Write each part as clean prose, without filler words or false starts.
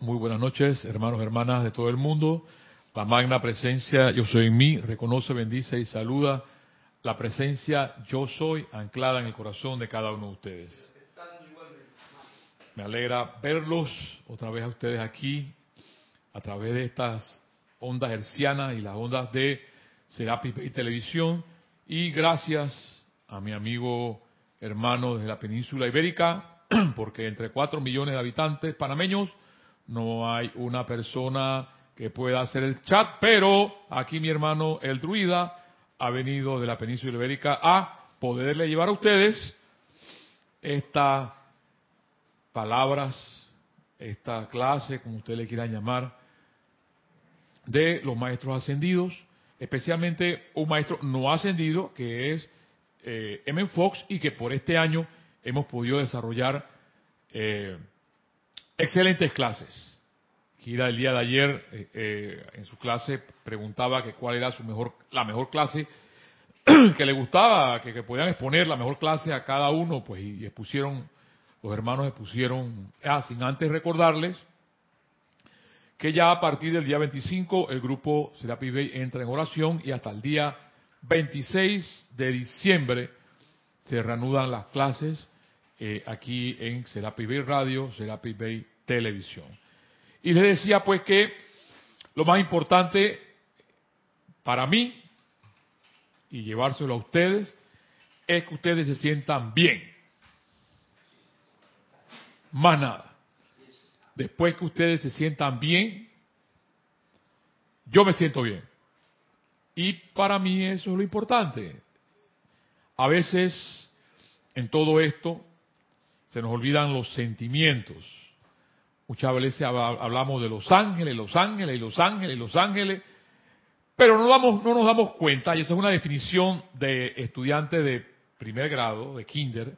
Muy buenas noches, hermanos y hermanas de todo el mundo. La magna presencia Yo Soy en mí reconoce, bendice y saluda la presencia Yo Soy anclada en el corazón de cada uno de ustedes. Me alegra verlos otra vez a ustedes aquí a través de estas ondas hercianas y las ondas de Serapis Bay Televisión. Y gracias a mi amigo hermano desde la península ibérica, porque entre 4 millones de habitantes panameños no hay una persona que pueda hacer el chat, pero aquí mi hermano el druida ha venido de la península ibérica a poderle llevar a ustedes estas palabras, esta clase, como ustedes le quieran llamar, de los maestros ascendidos, especialmente un maestro no ascendido que es M. Fox, y que por este año hemos podido desarrollar excelentes clases. Kira el día de ayer en su clase preguntaba que cuál era la mejor clase que le gustaba, que podían exponer la mejor clase a cada uno, pues y expusieron, los hermanos expusieron, sin antes recordarles que ya a partir del día 25 el grupo Serapis Bay entra en oración y hasta el día 26 de diciembre se reanudan las clases aquí en Serapis Bay Radio, Serapis Bay Televisión. Y les decía pues que lo más importante para mí y llevárselo a ustedes es que ustedes se sientan bien. Más nada. Después que ustedes se sientan bien, yo me siento bien. Y para mí eso es lo importante. A veces en todo esto se nos olvidan los sentimientos. Muchas veces hablamos de los ángeles, los ángeles y los ángeles y los ángeles, pero no nos damos cuenta, y esa es una definición de estudiante de primer grado, de kinder,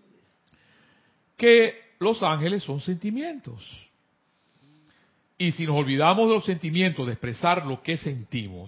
que los ángeles son sentimientos. Y si nos olvidamos de los sentimientos, de expresar lo que sentimos,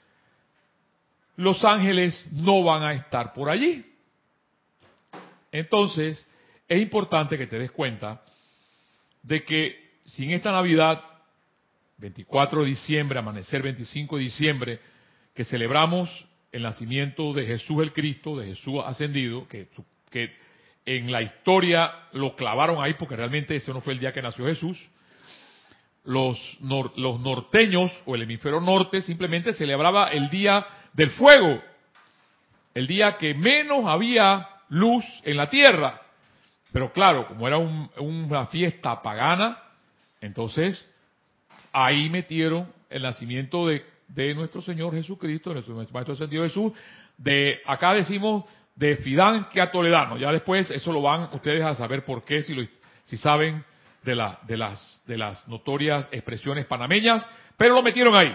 los ángeles no van a estar por allí. Entonces, es importante que te des cuenta de que si en esta Navidad, 24 de diciembre, amanecer 25 de diciembre, que celebramos el nacimiento de Jesús el Cristo, de Jesús ascendido, que en la historia lo clavaron ahí porque realmente ese no fue el día que nació Jesús, los norteños o el hemisferio norte simplemente celebraba el día del fuego, el día que menos había luz en la tierra. Pero claro, como era una fiesta pagana, entonces ahí metieron el nacimiento de nuestro Señor Jesucristo, de nuestro Maestro Ascendido Jesús. Acá decimos de Fidán que a Toledano. Ya después eso lo van ustedes a saber por qué, si saben de las notorias expresiones panameñas, pero lo metieron ahí.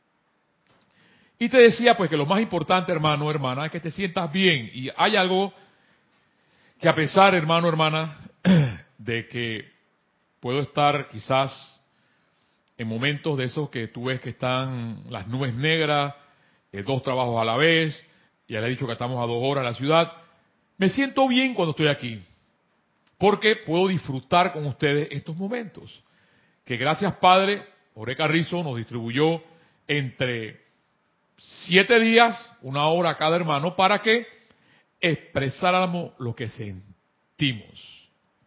Y te decía pues que lo más importante, hermano, hermana, es que te sientas bien. Y hay algo que a pesar, hermano, hermana, de que puedo estar quizás en momentos de esos que tú ves que están las nubes negras, 2 trabajos a la vez, ya le he dicho que estamos a 2 horas en la ciudad, me siento bien cuando estoy aquí, porque puedo disfrutar con ustedes estos momentos, que gracias Padre, Jorge Carrizo nos distribuyó entre 7 días, 1 hora a cada hermano, para que expresáramos lo que sentimos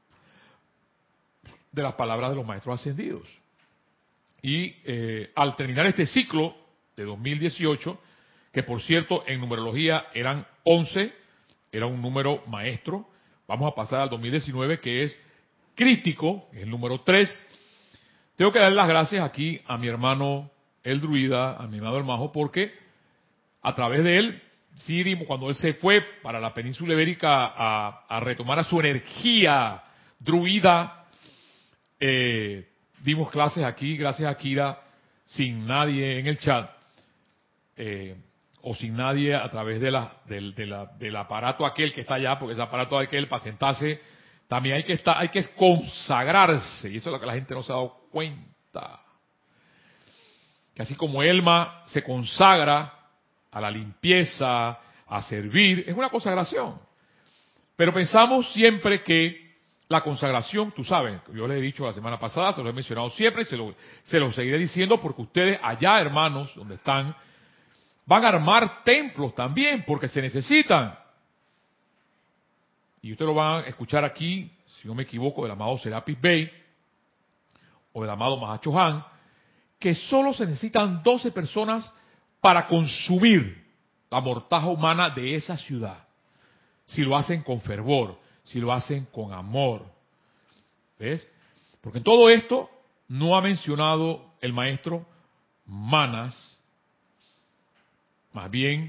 de las palabras de los maestros ascendidos. Y al terminar este ciclo de 2018, que por cierto en numerología eran 11, era un número maestro, vamos a pasar al 2019 que es crístico, es el número 3. Tengo que dar las gracias aquí a mi hermano el druida, a mi hermano el majo, porque a través de él, sí, cuando él se fue para la península ibérica a retomar a su energía druida, dimos clases aquí, gracias a Kira, sin nadie en el chat, o sin nadie a través del aparato aquel que está allá, porque ese aparato aquel para sentarse, también hay que consagrarse, y eso es lo que la gente no se ha dado cuenta. Que así como Elma se consagra a la limpieza, a servir, es una consagración. Pero pensamos siempre que La consagración, tú sabes, yo les he dicho la semana pasada, se lo he mencionado siempre y se lo seguiré diciendo porque ustedes allá, hermanos, donde están, van a armar templos también porque se necesitan. Y ustedes lo van a escuchar aquí, si no me equivoco, del amado Serapis Bey o del amado Mahacho Han, que solo se necesitan 12 personas para consumir la mortaja humana de esa ciudad. Si lo hacen con fervor, si lo hacen con amor. ¿Ves? Porque en todo esto no ha mencionado el maestro manas, más bien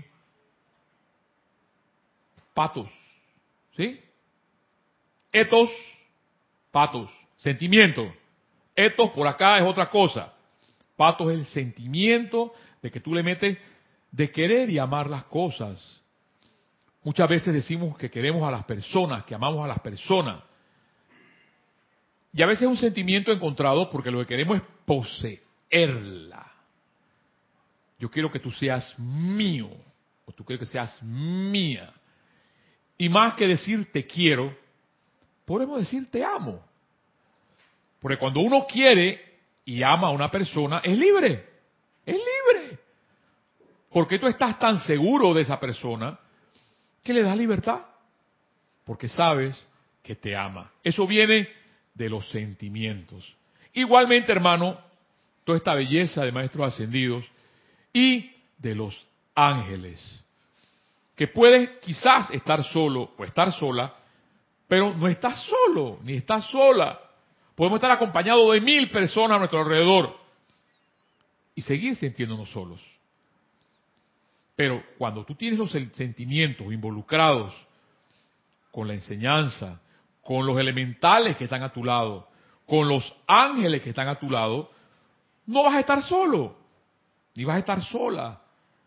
patos. ¿Sí? Etos, patos, sentimiento. Etos por acá es otra cosa. Patos es el sentimiento de que tú le metes de querer y amar las cosas. Muchas veces decimos que queremos a las personas, que amamos a las personas. Y a veces es un sentimiento encontrado porque lo que queremos es poseerla. Yo quiero que tú seas mío, o tú quieres que seas mía. Y más que decir te quiero, podemos decir te amo. Porque cuando uno quiere y ama a una persona, es libre. Es libre. ¿Por qué tú estás tan seguro de esa persona que le das libertad? Porque sabes que te ama. Eso viene de los sentimientos. Igualmente, hermano, toda esta belleza de maestros ascendidos y de los ángeles, que puedes quizás estar solo o estar sola, pero no estás solo, ni estás sola. Podemos estar acompañados de 1000 personas a nuestro alrededor y seguir sintiéndonos solos. Pero cuando tú tienes los sentimientos involucrados con la enseñanza, con los elementales que están a tu lado, con los ángeles que están a tu lado, no vas a estar solo, ni vas a estar sola.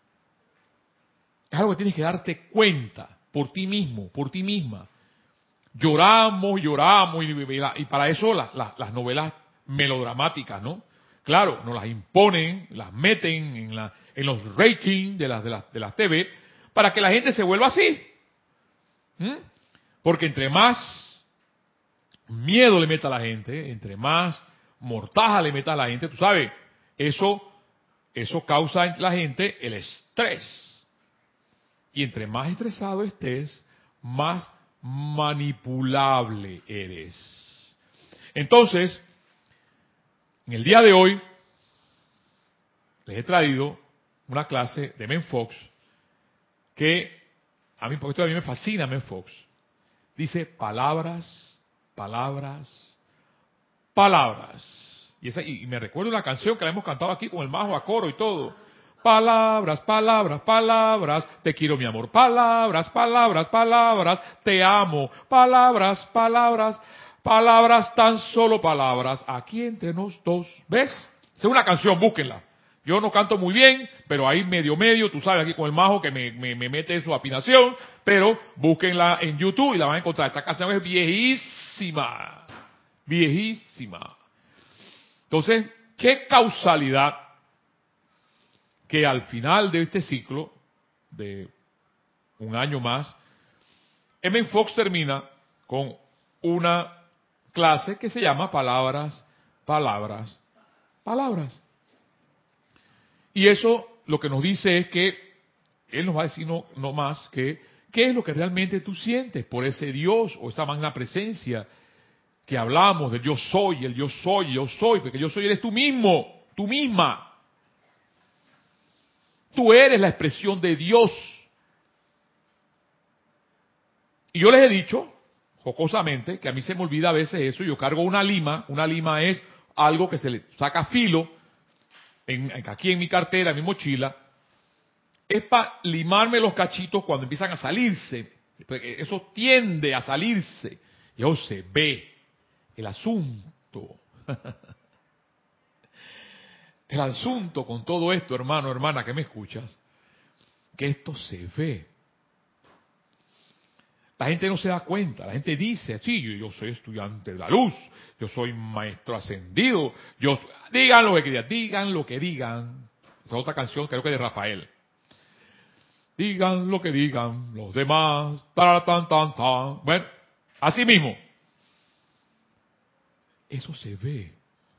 Es algo que tienes que darte cuenta por ti mismo, por ti misma. Lloramos, lloramos, y para eso las novelas melodramáticas, ¿no? Claro, nos las imponen, las meten en los ratings de las TV, para que la gente se vuelva así. Porque entre más miedo le meta a la gente, entre más mortaja le meta a la gente, tú sabes, eso causa en la gente el estrés. Y entre más estresado estés, más manipulable eres. Entonces, en el día de hoy, les he traído una clase de Men Fox que porque a mí me fascina Men Fox. Dice palabras, palabras, palabras. Y me recuerdo una canción que la hemos cantado aquí con el majo a coro y todo. Palabras, palabras, palabras, te quiero mi amor. Palabras, palabras, palabras, te amo. Palabras, palabras, palabras, tan solo palabras. Aquí entre nos dos. ¿Ves? Es una canción, búsquenla. Yo no canto muy bien, pero ahí medio, tú sabes, aquí con el majo que me mete su afinación, pero búsquenla en YouTube y la van a encontrar. Esta canción es viejísima, viejísima. Entonces, qué causalidad que al final de este ciclo, de un año más, M. Fox termina con una clase que se llama Palabras, Palabras, Palabras. Y eso lo que nos dice es que él nos va a decir no más que qué es lo que realmente tú sientes por ese Dios o esa magna presencia que hablamos del yo soy, el yo soy, porque yo soy eres tú mismo, tú misma. Tú eres la expresión de Dios. Y yo les he dicho, jocosamente, que a mí se me olvida a veces eso. Yo cargo una lima es algo que se le saca filo, aquí en mi cartera, en mi mochila, es para limarme los cachitos cuando empiezan a salirse. Eso tiende a salirse. Y eso se ve. El asunto. El asunto con todo esto, hermano, hermana, que me escuchas, que esto se ve. La gente no se da cuenta, la gente dice, sí, yo soy estudiante de la luz, yo soy maestro ascendido, digan lo que digan. Esa es otra canción, creo que de Rafael. Digan lo que digan los demás, tan. Bueno, así mismo. eso se ve.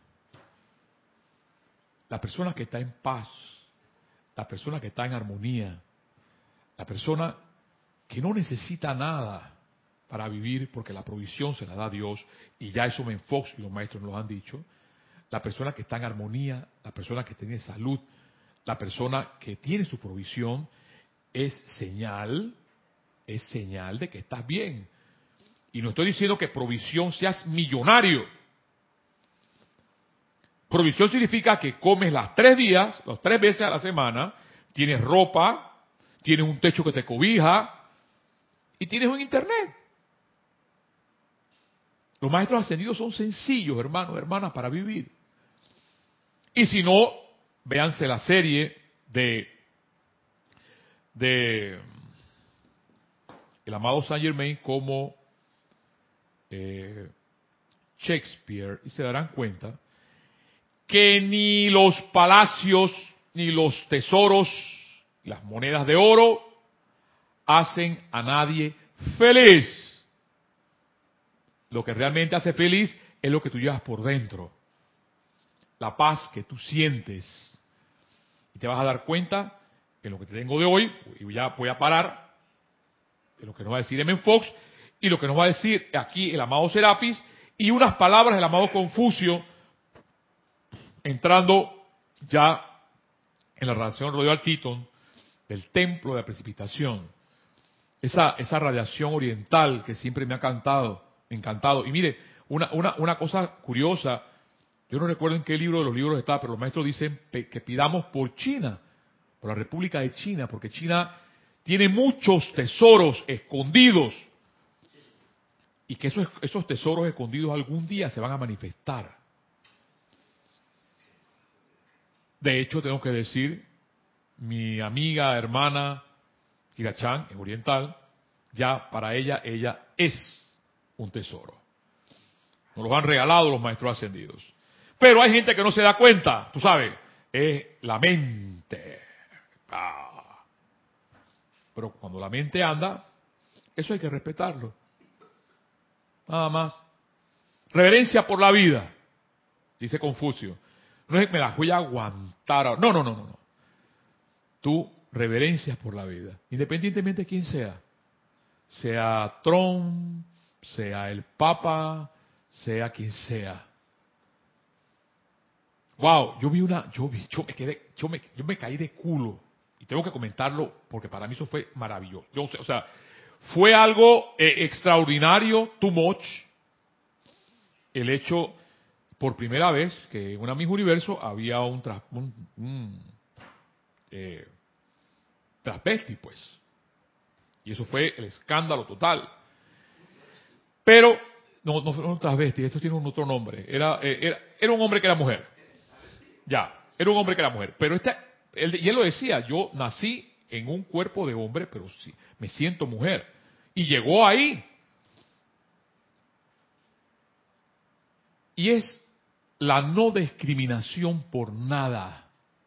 La persona que está en paz, la persona que está en armonía, la persona que no necesita nada para vivir porque la provisión se la da Dios, y ya eso Fox y los maestros nos lo han dicho, la persona que está en armonía, la persona que tiene salud, la persona que tiene su provisión, es señal de que estás bien. Y no estoy diciendo que provisión seas millonario. Provisión significa que comes las 3 días, los 3 veces a la semana, tienes ropa, tienes un techo que te cobija y tienes un internet. Los maestros ascendidos son sencillos, hermanos, hermanas, para vivir. Y si no, véanse la serie de el amado Saint Germain como Shakespeare, y se darán cuenta que ni los palacios, ni los tesoros, las monedas de oro, hacen a nadie feliz. Lo que realmente hace feliz es lo que tú llevas por dentro. La paz que tú sientes. Y te vas a dar cuenta que lo que te tengo de hoy, y ya voy a parar, de lo que nos va a decir M. Fox, y lo que nos va a decir aquí el amado Serapis, y unas palabras del amado Confucio, entrando ya en la radiación Royal Teton, del templo de la precipitación. Esa radiación oriental que siempre me ha encantado. Y mire, una cosa curiosa, yo no recuerdo en qué libro de los libros está, pero los maestros dicen que pidamos por China, por la República de China, porque China tiene muchos tesoros escondidos, y que esos tesoros escondidos algún día se van a manifestar. De hecho, tengo que decir, mi amiga, hermana, Kirachan, en oriental, ya para ella es un tesoro. Nos los han regalado los maestros ascendidos. Pero hay gente que no se da cuenta, tú sabes, es la mente. Pero cuando la mente anda, eso hay que respetarlo. Nada más. Reverencia por la vida, dice Confucio. No es que me las voy a aguantar. No. Tú reverencias por la vida, independientemente de quién sea. Sea Trump, sea el Papa, sea quien sea. Wow, yo me caí de culo, y tengo que comentarlo porque para mí eso fue maravilloso. O sea, fue algo extraordinario, too much, el hecho por primera vez que en una Miss Universo había un travesti, pues. Y eso fue el escándalo total. Pero, no fue un travesti, esto tiene un otro nombre. Era un hombre que era mujer. Ya, era un hombre que era mujer. Pero y él lo decía, yo nací en un cuerpo de hombre, pero sí, me siento mujer. Y llegó ahí. Y es la no discriminación por nada.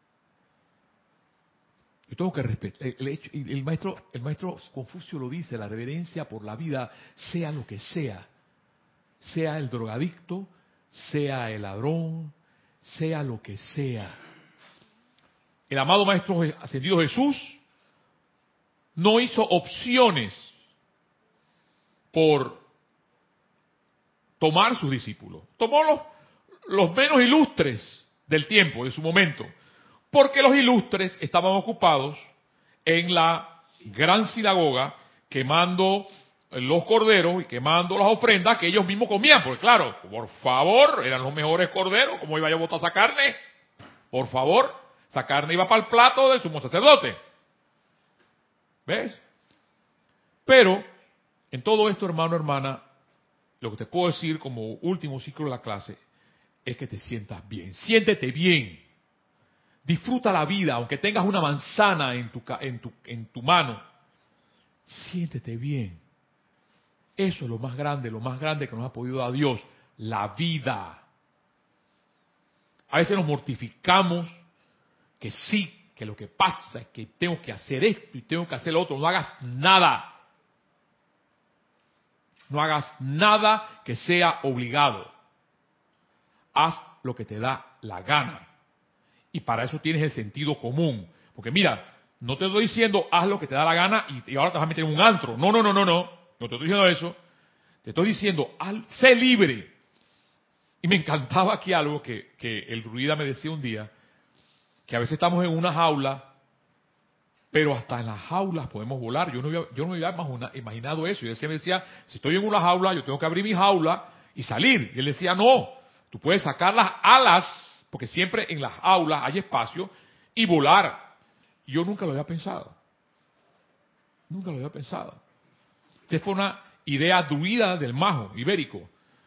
Yo tengo que respetar. El maestro Confucio lo dice, la reverencia por la vida, sea lo que sea. Sea el drogadicto, sea el ladrón, sea lo que sea. El amado Maestro Ascendido Jesús no hizo opciones por tomar sus discípulos. Tomó los menos ilustres del tiempo, de su momento, porque los ilustres estaban ocupados en la gran sinagoga quemando los corderos y quemando las ofrendas que ellos mismos comían, porque claro, por favor, eran los mejores corderos, ¿cómo iba yo a botar esa carne? Por favor, esa carne iba para el plato del sumo sacerdote. ¿Ves? Pero, en todo esto, hermano, hermana, lo que te puedo decir como último ciclo de la clase es que te sientas bien. Siéntete bien. Disfruta la vida, aunque tengas una manzana en tu mano. Siéntete bien. Eso es lo más grande que nos ha podido dar Dios, la vida. A veces nos mortificamos que sí, que lo que pasa es que tengo que hacer esto y tengo que hacer lo otro. No hagas nada. No hagas nada que sea obligado. haz lo que te da la gana. Y para eso tienes el sentido común. Porque mira, no te estoy diciendo haz lo que te da la gana y ahora te vas a meter en un antro. No. No te estoy diciendo eso. Te estoy diciendo, sé libre. Y me encantaba aquí algo que el druida me decía un día, que a veces estamos en una jaula, pero hasta en las jaulas podemos volar. Yo no me había imaginado eso. Y él me decía, si estoy en una jaula, yo tengo que abrir mi jaula y salir. Y él decía, no, tú puedes sacar las alas, porque siempre en las aulas hay espacio, y volar. Y yo nunca lo había pensado. Nunca lo había pensado. Esta fue una idea druida del mago ibérico.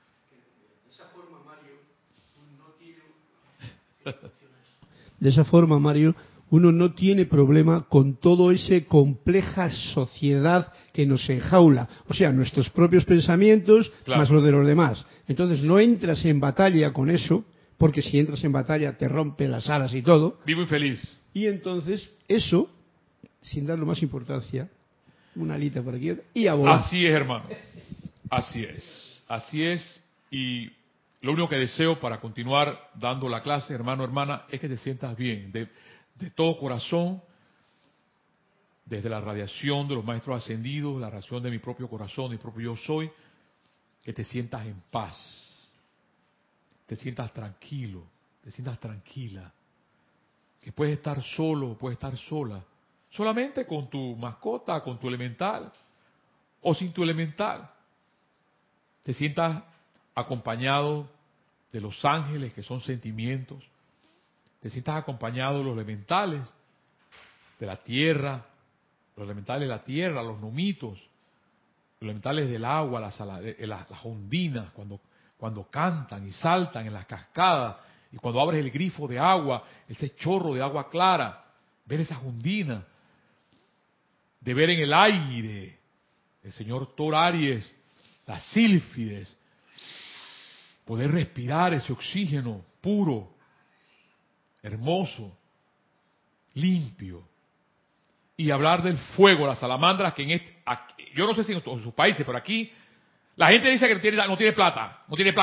De esa forma, Mario, uno no tiene problema con todo ese compleja sociedad que nos enjaula. O sea, nuestros propios pensamientos Claro. más los de los demás. Entonces no entras en batalla con eso, porque si entras en batalla te rompen las alas y todo. Vivo infeliz. Y entonces eso, sin darle más importancia, una alita por aquí y a volar. Así es, hermano. Así es. Así es. Y lo único que deseo para continuar dando la clase, hermano, hermana, es que te sientas bien. De todo corazón, desde la radiación de los maestros ascendidos, la radiación de mi propio corazón, mi propio yo soy, que te sientas en paz. Te sientas tranquilo. Te sientas tranquila. Que puedes estar solo, puedes estar sola. Solamente con tu mascota, con tu elemental. O sin tu elemental. Te sientas acompañado de los ángeles, que son sentimientos. Te sientas acompañado de los elementales de la tierra, los elementales de la tierra, los nomitos, los elementales del agua, las ondinas, cuando cantan y saltan en las cascadas, y cuando abres el grifo de agua, ese chorro de agua clara, ver esas ondinas, de ver en el aire el señor Thor Aries, las sílfides, poder respirar ese oxígeno puro, hermoso, limpio. Y hablar del fuego, las salamandras, que yo no sé si en sus países, pero aquí la gente dice que no tiene plata, no hay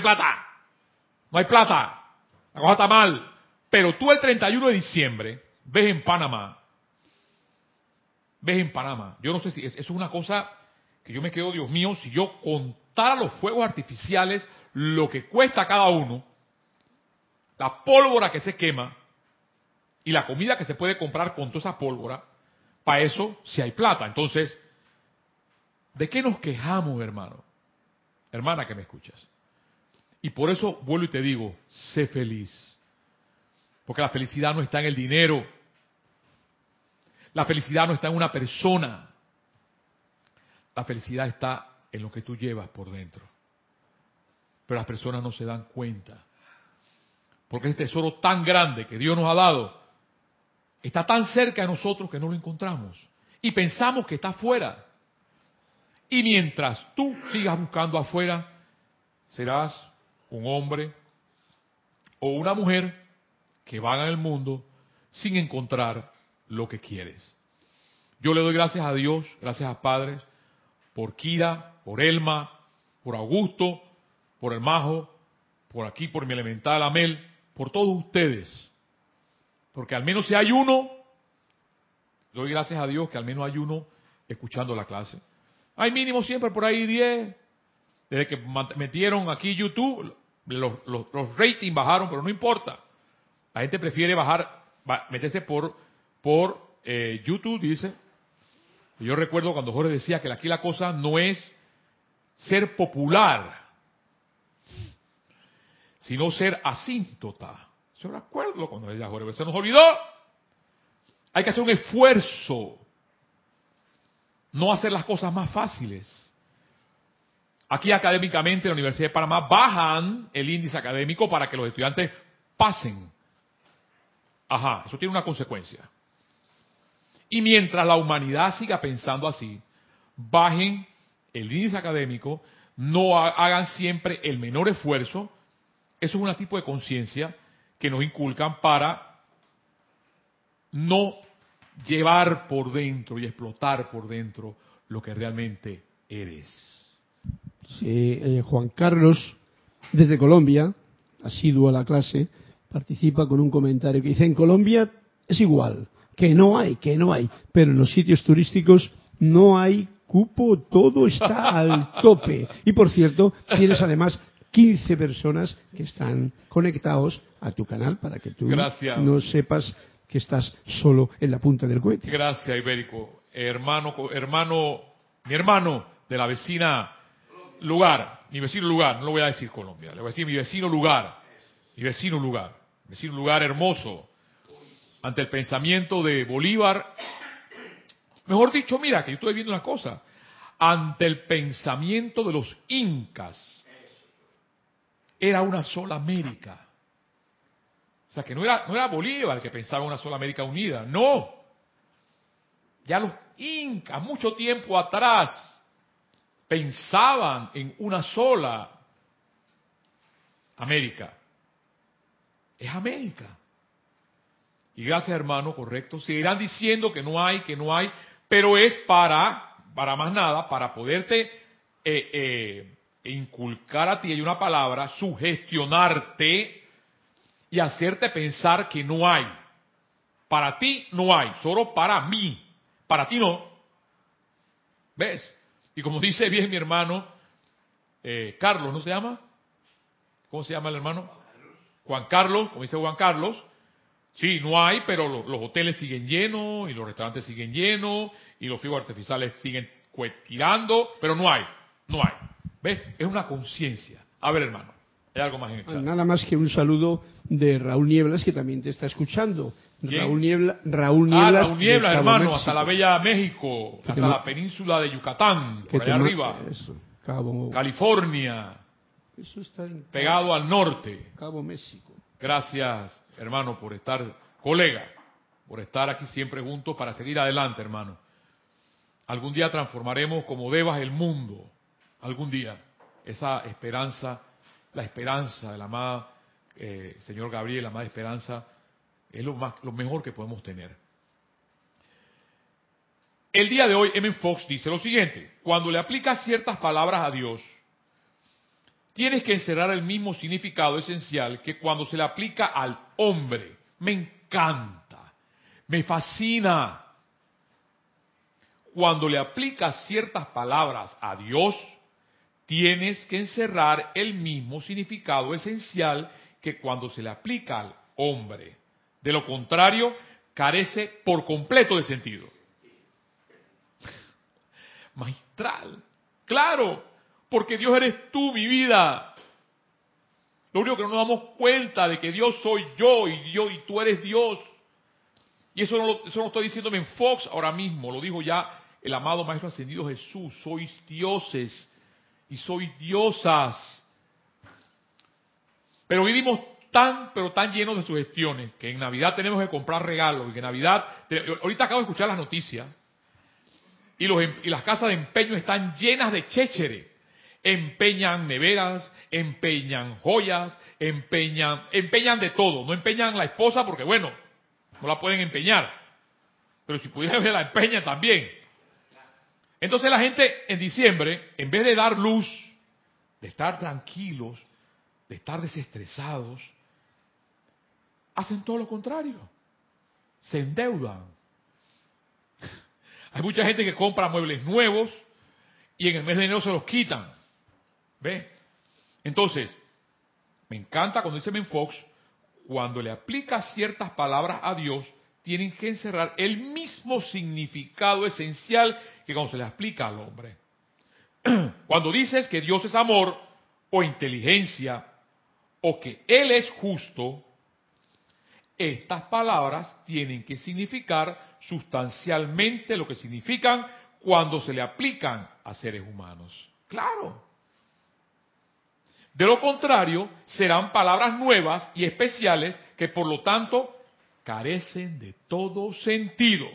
plata, la cosa está mal. Pero tú el 31 de diciembre ves en Panamá, yo no sé si eso es una cosa que yo me quedo, Dios mío, si yo contara los fuegos artificiales, lo que cuesta cada uno, la pólvora que se quema y la comida que se puede comprar con toda esa pólvora, para eso si hay plata. Entonces, ¿de qué nos quejamos, hermano? Hermana que me escuchas. Y por eso vuelvo y te digo, sé feliz. Porque la felicidad no está en el dinero. La felicidad no está en una persona. La felicidad está en lo que tú llevas por dentro. Pero las personas no se dan cuenta. Porque ese tesoro tan grande que Dios nos ha dado está tan cerca de nosotros que no lo encontramos. Y pensamos que está afuera. Y mientras tú sigas buscando afuera, serás un hombre o una mujer que vaga en el mundo sin encontrar lo que quieres. Yo le doy gracias a Dios, gracias a Padres, por Kira, por Elma, por Augusto, por el Majo, por aquí, por mi elemental Amel, por todos ustedes. Porque al menos si hay uno, doy gracias a Dios que al menos hay uno escuchando la clase. Hay mínimo siempre por ahí 10. Desde que metieron aquí YouTube, los ratings bajaron, pero no importa. La gente prefiere meterse por YouTube, dice. Y yo recuerdo cuando Jorge decía que aquí la cosa no es ser popular, sino ser asíntota. Yo recuerdo cuando decía Jorge, se nos olvidó. Hay que hacer un esfuerzo, no hacer las cosas más fáciles. Aquí académicamente en la Universidad de Panamá bajan el índice académico para que los estudiantes pasen. Ajá, eso tiene una consecuencia. Y mientras la humanidad siga pensando así, bajen el índice académico, no hagan siempre el menor esfuerzo. Eso es un tipo de conciencia que nos inculcan para no llevar por dentro y explotar por dentro lo que realmente eres. Sí, Juan Carlos, desde Colombia, asiduo a la clase, participa con un comentario que dice: en Colombia es igual, que no hay, pero en los sitios turísticos no hay cupo, todo está al tope. Y por cierto, tienes además 15 personas que están conectados a tu canal para que tú Gracias. no sepas que estás solo en la punta del cohete. Gracias, Ibérico. Mi hermano de la vecina lugar, mi vecino lugar, no lo voy a decir Colombia, le voy a decir mi vecino lugar hermoso, ante el pensamiento de Bolívar. Mejor dicho, mira, que yo estoy viendo una cosa, ante el pensamiento de los incas, era una sola América. O sea, que no era Bolívar el que pensaba en una sola América unida, no. Ya los incas, mucho tiempo atrás, pensaban en una sola América. Es América. Y gracias, hermano, correcto. Seguirán diciendo que no hay, pero es para más nada, para poderte inculcar a ti, hay una palabra, sugestionarte y hacerte pensar que no hay. Para ti no hay, solo para mí. Para ti no. ¿Ves? Y como dice bien mi hermano, Carlos, ¿no se llama? ¿Cómo se llama el hermano? Juan Carlos, como dice Juan Carlos. Sí, no hay, pero los hoteles siguen llenos y los restaurantes siguen llenos y los fuegos artificiales siguen tirando, pero no hay. ¿Ves? Es una conciencia. A ver, hermano, hay algo más en el chat. Nada más que un saludo de Raúl Nieblas, que también te está escuchando. ¿Quién? Raúl Nieblas, Raúl Nieblas, hermano, México, hasta la bella México, hasta la península de Yucatán, por allá arriba. Eso, Cabo, California, eso está en pegado al norte. Cabo México. Gracias, hermano, por estar, colega, por estar aquí siempre juntos para seguir adelante, hermano. Algún día transformaremos como Devas el mundo. Algún día. Esa esperanza, la esperanza de la amada señor Gabriel, la amada esperanza, es lo mejor que podemos tener. El día de hoy, M. Fox dice lo siguiente: cuando le aplicas ciertas palabras a Dios, tienes que encerrar el mismo significado esencial que cuando se le aplica al hombre. Me encanta, me fascina. Cuando le aplicas ciertas palabras a Dios, tienes que encerrar el mismo significado esencial que cuando se le aplica al hombre. De lo contrario, carece por completo de sentido. Magistral. Claro, porque Dios eres tú, mi vida. Lo único que no nos damos cuenta de que Dios soy yo y tú eres Dios. Y eso no lo estoy diciéndome en Fox ahora mismo, lo dijo ya el amado Maestro Ascendido Jesús. Sois dioses y sois diosas. Pero vivimos pero tan llenos de sugestiones que en Navidad tenemos que comprar regalos y que en Navidad, ahorita acabo de escuchar las noticias y las casas de empeño están llenas de chéchere. Empeñan neveras, empeñan joyas, empeñan de todo. No empeñan la esposa porque, bueno, no la pueden empeñar. Pero si pudieran ver, la empeñan también. Entonces la gente en diciembre, en vez de dar luz, de estar tranquilos, de estar desestresados, hacen todo lo contrario. Se endeudan. Hay mucha gente que compra muebles nuevos y en el mes de enero se los quitan. ¿Ve? Entonces, me encanta cuando dice Ben Fox, cuando le aplica ciertas palabras a Dios, tienen que encerrar el mismo significado esencial que cuando se le aplica al hombre. Cuando dices que Dios es amor o inteligencia o que Él es justo, estas palabras tienen que significar sustancialmente lo que significan cuando se le aplican a seres humanos. Claro. De lo contrario, serán palabras nuevas y especiales que por lo tanto carecen de todo sentido.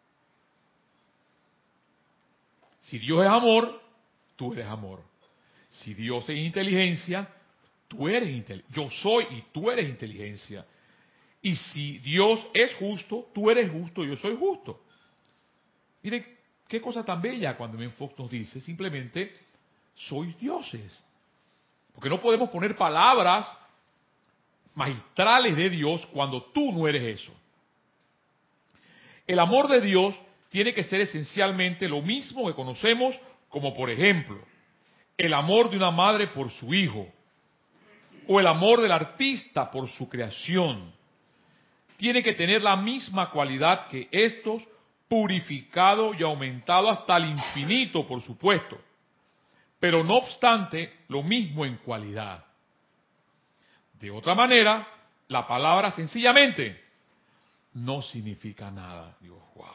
Si Dios es amor, tú eres amor. Si Dios es inteligencia, tú eres inteligencia. Yo soy y tú eres inteligencia. Y si Dios es justo, tú eres justo, yo soy justo. Miren, qué cosa tan bella cuando Ben Fox nos dice, simplemente, sois dioses. Porque no podemos poner palabras magistrales de Dios cuando tú no eres eso. El amor de Dios tiene que ser esencialmente lo mismo que conocemos, como por ejemplo, el amor de una madre por su hijo, o el amor del artista por su creación. Tiene que tener la misma cualidad que estos, purificado y aumentado hasta el infinito, por supuesto, pero no obstante, lo mismo en cualidad. De otra manera, la palabra sencillamente no significa nada. Digo, wow.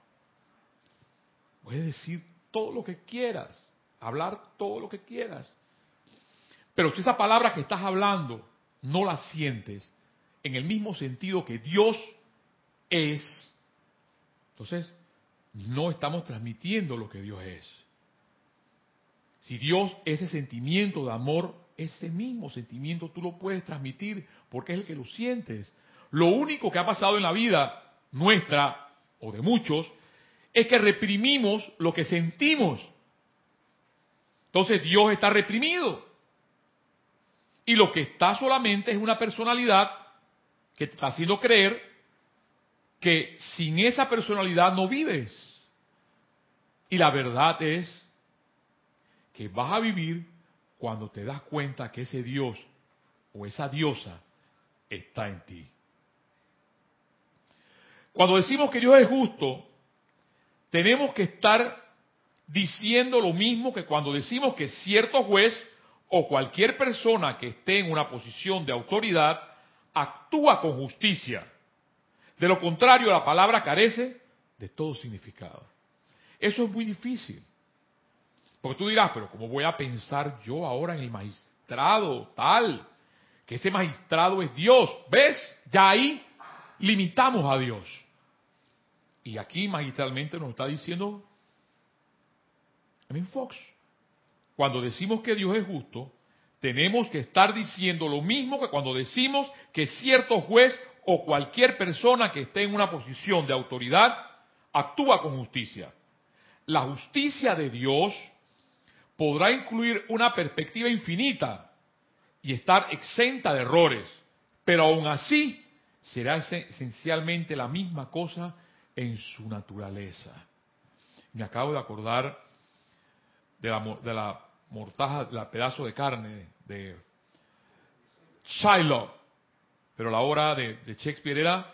Puedes decir todo lo que quieras, hablar todo lo que quieras, pero si esa palabra que estás hablando no la sientes en el mismo sentido que Dios es, entonces no estamos transmitiendo lo que Dios es. Si Dios, ese sentimiento de amor, ese mismo sentimiento tú lo puedes transmitir porque es el que lo sientes. Lo único que ha pasado en la vida nuestra o de muchos es que reprimimos lo que sentimos. Entonces Dios está reprimido. Y lo que está solamente es una personalidad que te está haciendo creer que sin esa personalidad no vives. Y la verdad es que vas a vivir cuando te das cuenta que ese Dios o esa diosa está en ti. Cuando decimos que Dios es justo, tenemos que estar diciendo lo mismo que cuando decimos que cierto juez o cualquier persona que esté en una posición de autoridad actúa con justicia. De lo contrario, la palabra carece de todo significado. Eso es muy difícil. Porque tú dirás, pero ¿cómo voy a pensar yo ahora en el magistrado tal? Que ese magistrado es Dios. ¿Ves? Ya ahí limitamos a Dios. Y aquí magistralmente nos está diciendo Fox. Cuando decimos que Dios es justo, tenemos que estar diciendo lo mismo que cuando decimos que cierto juez o cualquier persona que esté en una posición de autoridad actúa con justicia. La justicia de Dios podrá incluir una perspectiva infinita y estar exenta de errores, pero aún así será esencialmente la misma cosa en su naturaleza. Me acabo de acordar de la mortaja, del pedazo de carne de Shylock, pero la obra de Shakespeare era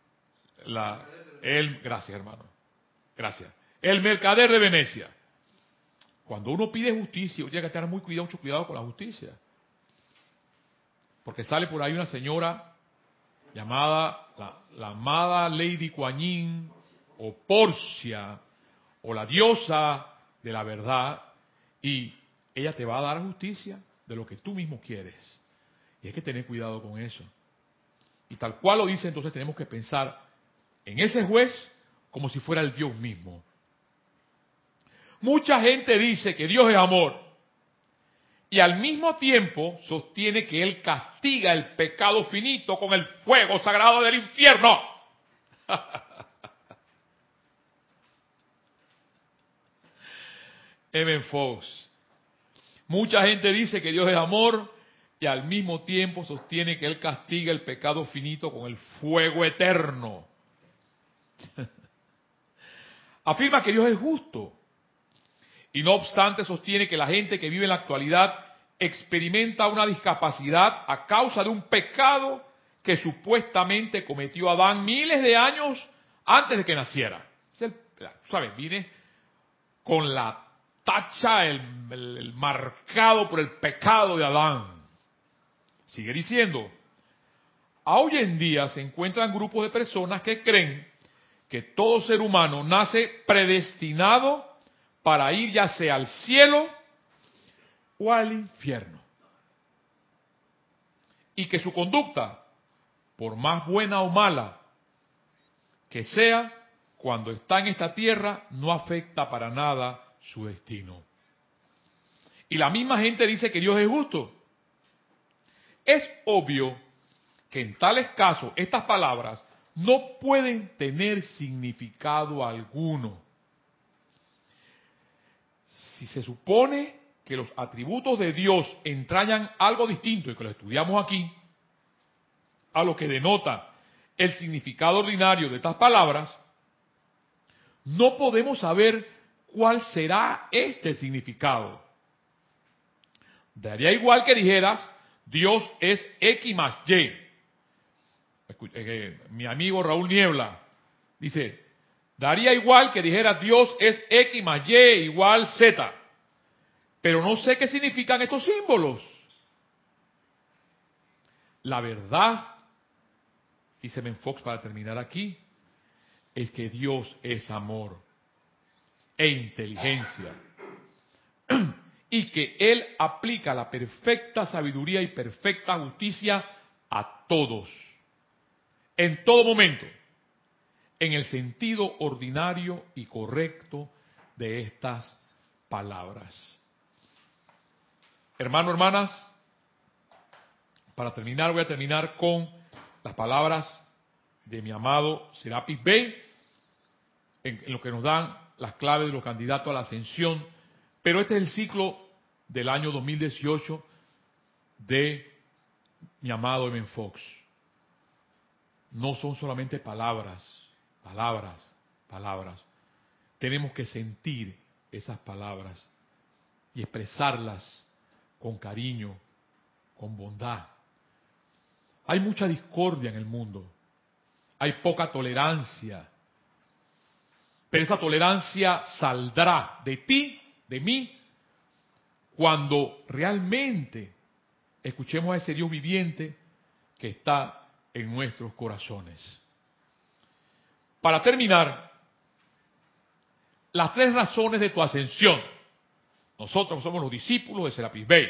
gracias hermano, gracias, El mercader de Venecia. Cuando uno pide justicia, uno tiene que tener mucho cuidado con la justicia. Porque sale por ahí una señora llamada la amada Lady Kuan Yin, o Porcia, o la diosa de la verdad, y ella te va a dar justicia de lo que tú mismo quieres. Y hay que tener cuidado con eso. Y tal cual lo dice, entonces tenemos que pensar en ese juez como si fuera el Dios mismo. Mucha gente dice que Dios es amor y al mismo tiempo sostiene que Él castiga el pecado finito con el fuego sagrado del infierno. Fox. Mucha gente dice que Dios es amor y al mismo tiempo sostiene que Él castiga el pecado finito con el fuego eterno. Afirma que Dios es justo. Y no obstante sostiene que la gente que vive en la actualidad experimenta una discapacidad a causa de un pecado que supuestamente cometió Adán miles de años antes de que naciera. ¿Sabes? Viene con la tacha, el marcado por el pecado de Adán. Sigue diciendo, hoy en día se encuentran grupos de personas que creen que todo ser humano nace predestinado para ir ya sea al cielo o al infierno. Y que su conducta, por más buena o mala que sea, cuando está en esta tierra, no afecta para nada su destino. Y la misma gente dice que Dios es justo. Es obvio que en tales casos estas palabras no pueden tener significado alguno. Si se supone que los atributos de Dios entrañan algo distinto y que lo estudiamos aquí, a lo que denota el significado ordinario de estas palabras, no podemos saber cuál será este significado. Daría igual que dijeras, Dios es X más Y. Mi amigo Raúl Niebla dice, daría igual que dijera Dios es X más Y igual Z. Pero no sé qué significan estos símbolos. La verdad, dice Menfox para terminar aquí, es que Dios es amor e inteligencia. Y que Él aplica la perfecta sabiduría y perfecta justicia a todos, en todo momento, en el sentido ordinario y correcto de estas palabras. Hermanos, hermanas, para terminar, voy a terminar con las palabras de mi amado Serapis Bey, en lo que nos dan las claves de los candidatos a la ascensión. Pero este es el ciclo del año 2018 de mi amado M. Fox. No son solamente palabras, palabras, palabras. Tenemos que sentir esas palabras y expresarlas con cariño, con bondad. Hay mucha discordia en el mundo. Hay poca tolerancia. Pero esa tolerancia saldrá de ti, de mí, cuando realmente escuchemos a ese Dios viviente que está en nuestros corazones. Para terminar, las 3 razones de tu ascensión. Nosotros somos los discípulos de Serapis Bey.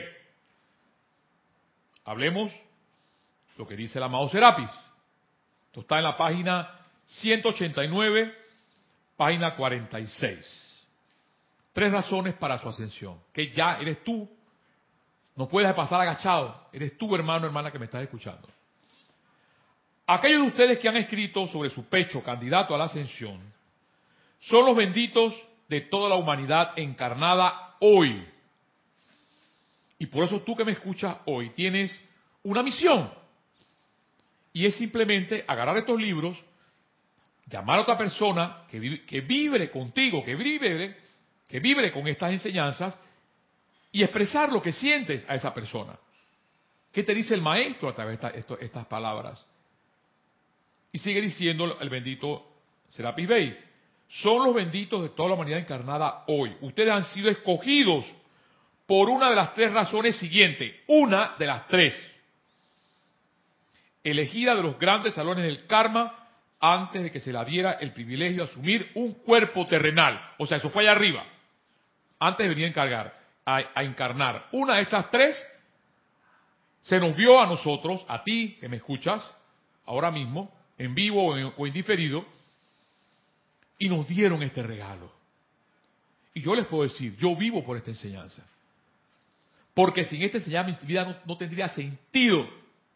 Hablemos lo que dice el amado Serapis. Esto está en la página 189, página 46. 3 razones para su ascensión. Que ya eres tú. No puedes pasar agachado. Eres tú, hermano, hermana, que me estás escuchando. Aquellos de ustedes que han escrito sobre su pecho candidato a la ascensión son los benditos de toda la humanidad encarnada hoy. Y por eso tú que me escuchas hoy tienes una misión. Y es simplemente agarrar estos libros, llamar a otra persona que vibre contigo, que vibre con estas enseñanzas y expresar lo que sientes a esa persona. ¿Qué te dice el maestro a través de estas palabras? Y sigue diciendo el bendito Serapis Bey. Son los benditos de toda la humanidad encarnada hoy. Ustedes han sido escogidos por una de las 3 razones siguientes. Una de las 3. Elegida de los grandes salones del karma antes de que se le diera el privilegio de asumir un cuerpo terrenal. O sea, eso fue allá arriba. Antes de venir a encarnar. Una de estas 3 se nos vio a nosotros, a ti que me escuchas, ahora mismo, en vivo o en diferido, y nos dieron este regalo. Y yo les puedo decir, yo vivo por esta enseñanza. Porque sin esta enseñanza mi vida no tendría sentido.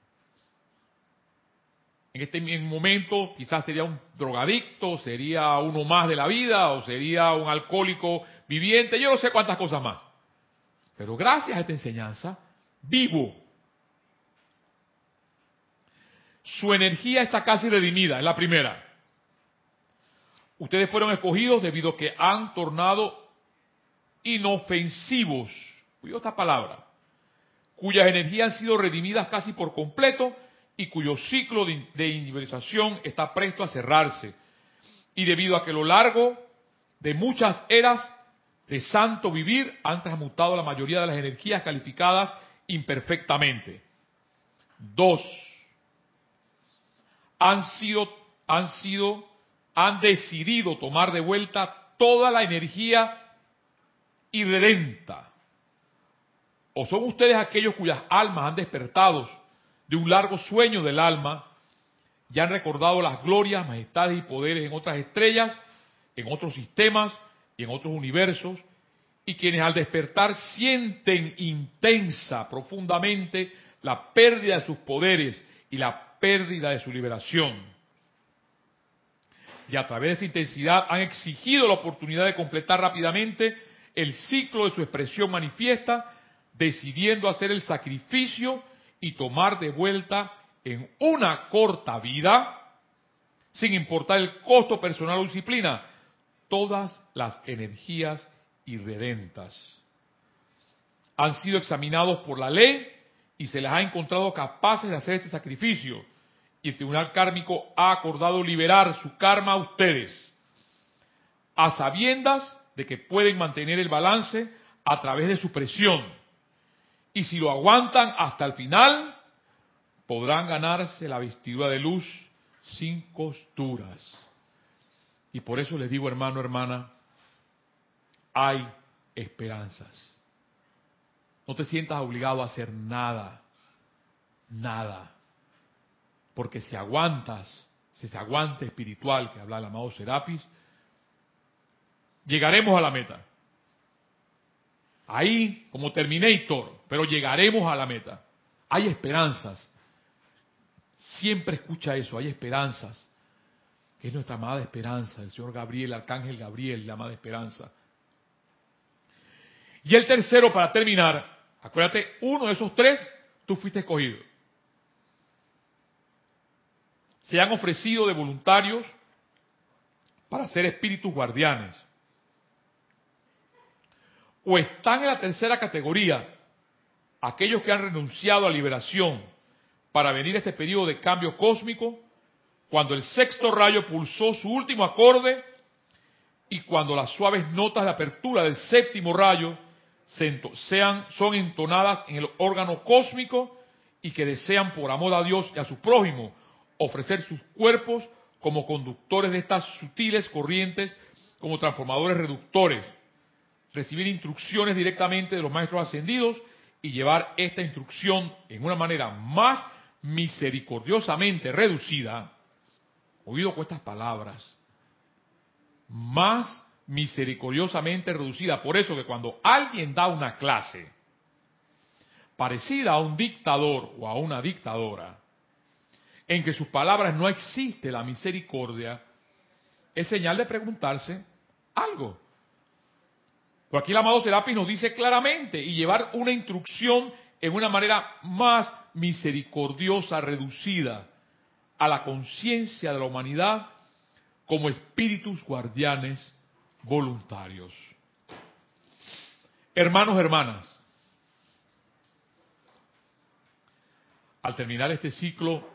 En este momento quizás sería un drogadicto, sería uno más de la vida, o sería un alcohólico viviente, yo no sé cuántas cosas más. Pero gracias a esta enseñanza, vivo. Su energía está casi redimida, es la primera. Ustedes fueron escogidos debido a que han tornado inofensivos, cuidado esta palabra, cuyas energías han sido redimidas casi por completo y cuyo ciclo de individualización está presto a cerrarse. Y debido a que a lo largo de muchas eras de santo vivir han transmutado la mayoría de las energías calificadas imperfectamente. 2. Han decidido tomar de vuelta toda la energía irredenta. O son ustedes aquellos cuyas almas han despertado de un largo sueño del alma y han recordado las glorias, majestades y poderes en otras estrellas, en otros sistemas y en otros universos, y quienes al despertar sienten intensa, profundamente, la pérdida de sus poderes y la pérdida de su liberación. Y a través de esa intensidad han exigido la oportunidad de completar rápidamente el ciclo de su expresión manifiesta, decidiendo hacer el sacrificio y tomar de vuelta en una corta vida, sin importar el costo personal o disciplina, todas las energías irredentas. Han sido examinados por la ley y se les ha encontrado capaces de hacer este sacrificio. Y el tribunal kármico ha acordado liberar su karma a ustedes, a sabiendas de que pueden mantener el balance a través de su presión. Y si lo aguantan hasta el final, podrán ganarse la vestidura de luz sin costuras. Y por eso les digo, hermano, hermana, hay esperanzas. No te sientas obligado a hacer nada, nada. Porque si aguantas, si ese aguante espiritual que habla el amado Serapis, llegaremos a la meta. Ahí, como Terminator, pero llegaremos a la meta. Hay esperanzas. Siempre escucha eso, hay esperanzas. Que es nuestra amada esperanza, el Señor Gabriel, el Arcángel Gabriel, la amada esperanza. Y el tercero, para terminar, acuérdate, uno de esos tres, tú fuiste escogido. Se han ofrecido de voluntarios para ser espíritus guardianes. O están en la tercera categoría, aquellos que han renunciado a liberación para venir a este periodo de cambio cósmico, cuando el sexto rayo pulsó su último acorde y cuando las suaves notas de apertura del séptimo rayo son entonadas en el órgano cósmico y que desean por amor a Dios y a su prójimo ofrecer sus cuerpos como conductores de estas sutiles corrientes, como transformadores reductores, recibir instrucciones directamente de los maestros ascendidos y llevar esta instrucción en una manera más misericordiosamente reducida, oído con estas palabras, más misericordiosamente reducida. Por eso que cuando alguien da una clase parecida a un dictador o a una dictadora, en que sus palabras no existe la misericordia, es señal de preguntarse algo. Pero aquí el amado Serapis nos dice claramente, y llevar una instrucción en una manera más misericordiosa, reducida a la conciencia de la humanidad como espíritus guardianes voluntarios. Hermanos, hermanas, al terminar este ciclo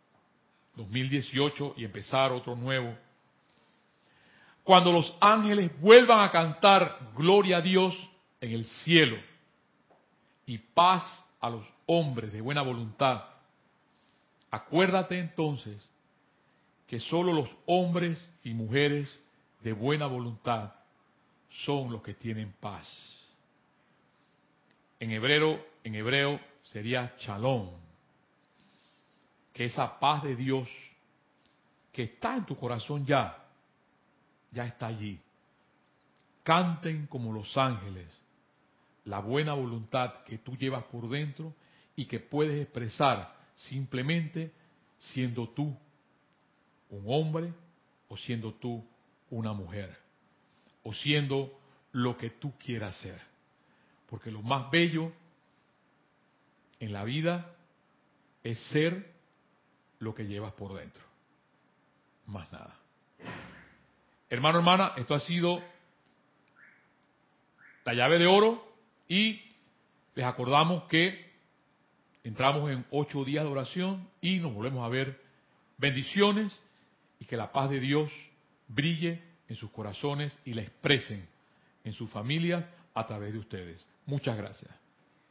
2018 y empezar otro nuevo, cuando los ángeles vuelvan a cantar gloria a Dios en el cielo y paz a los hombres de buena voluntad, acuérdate entonces que solo los hombres y mujeres de buena voluntad son los que tienen paz. En hebreo sería shalom, que esa paz de Dios que está en tu corazón ya está allí. Canten como los ángeles la buena voluntad que tú llevas por dentro y que puedes expresar simplemente siendo tú un hombre o siendo tú una mujer o siendo lo que tú quieras ser. Porque lo más bello en la vida es ser lo que llevas por dentro. Más nada. Hermano, hermana, esto ha sido la llave de oro y les acordamos que entramos en 8 días de oración y nos volvemos a ver. Bendiciones y que la paz de Dios brille en sus corazones y la expresen en sus familias a través de ustedes. Muchas gracias.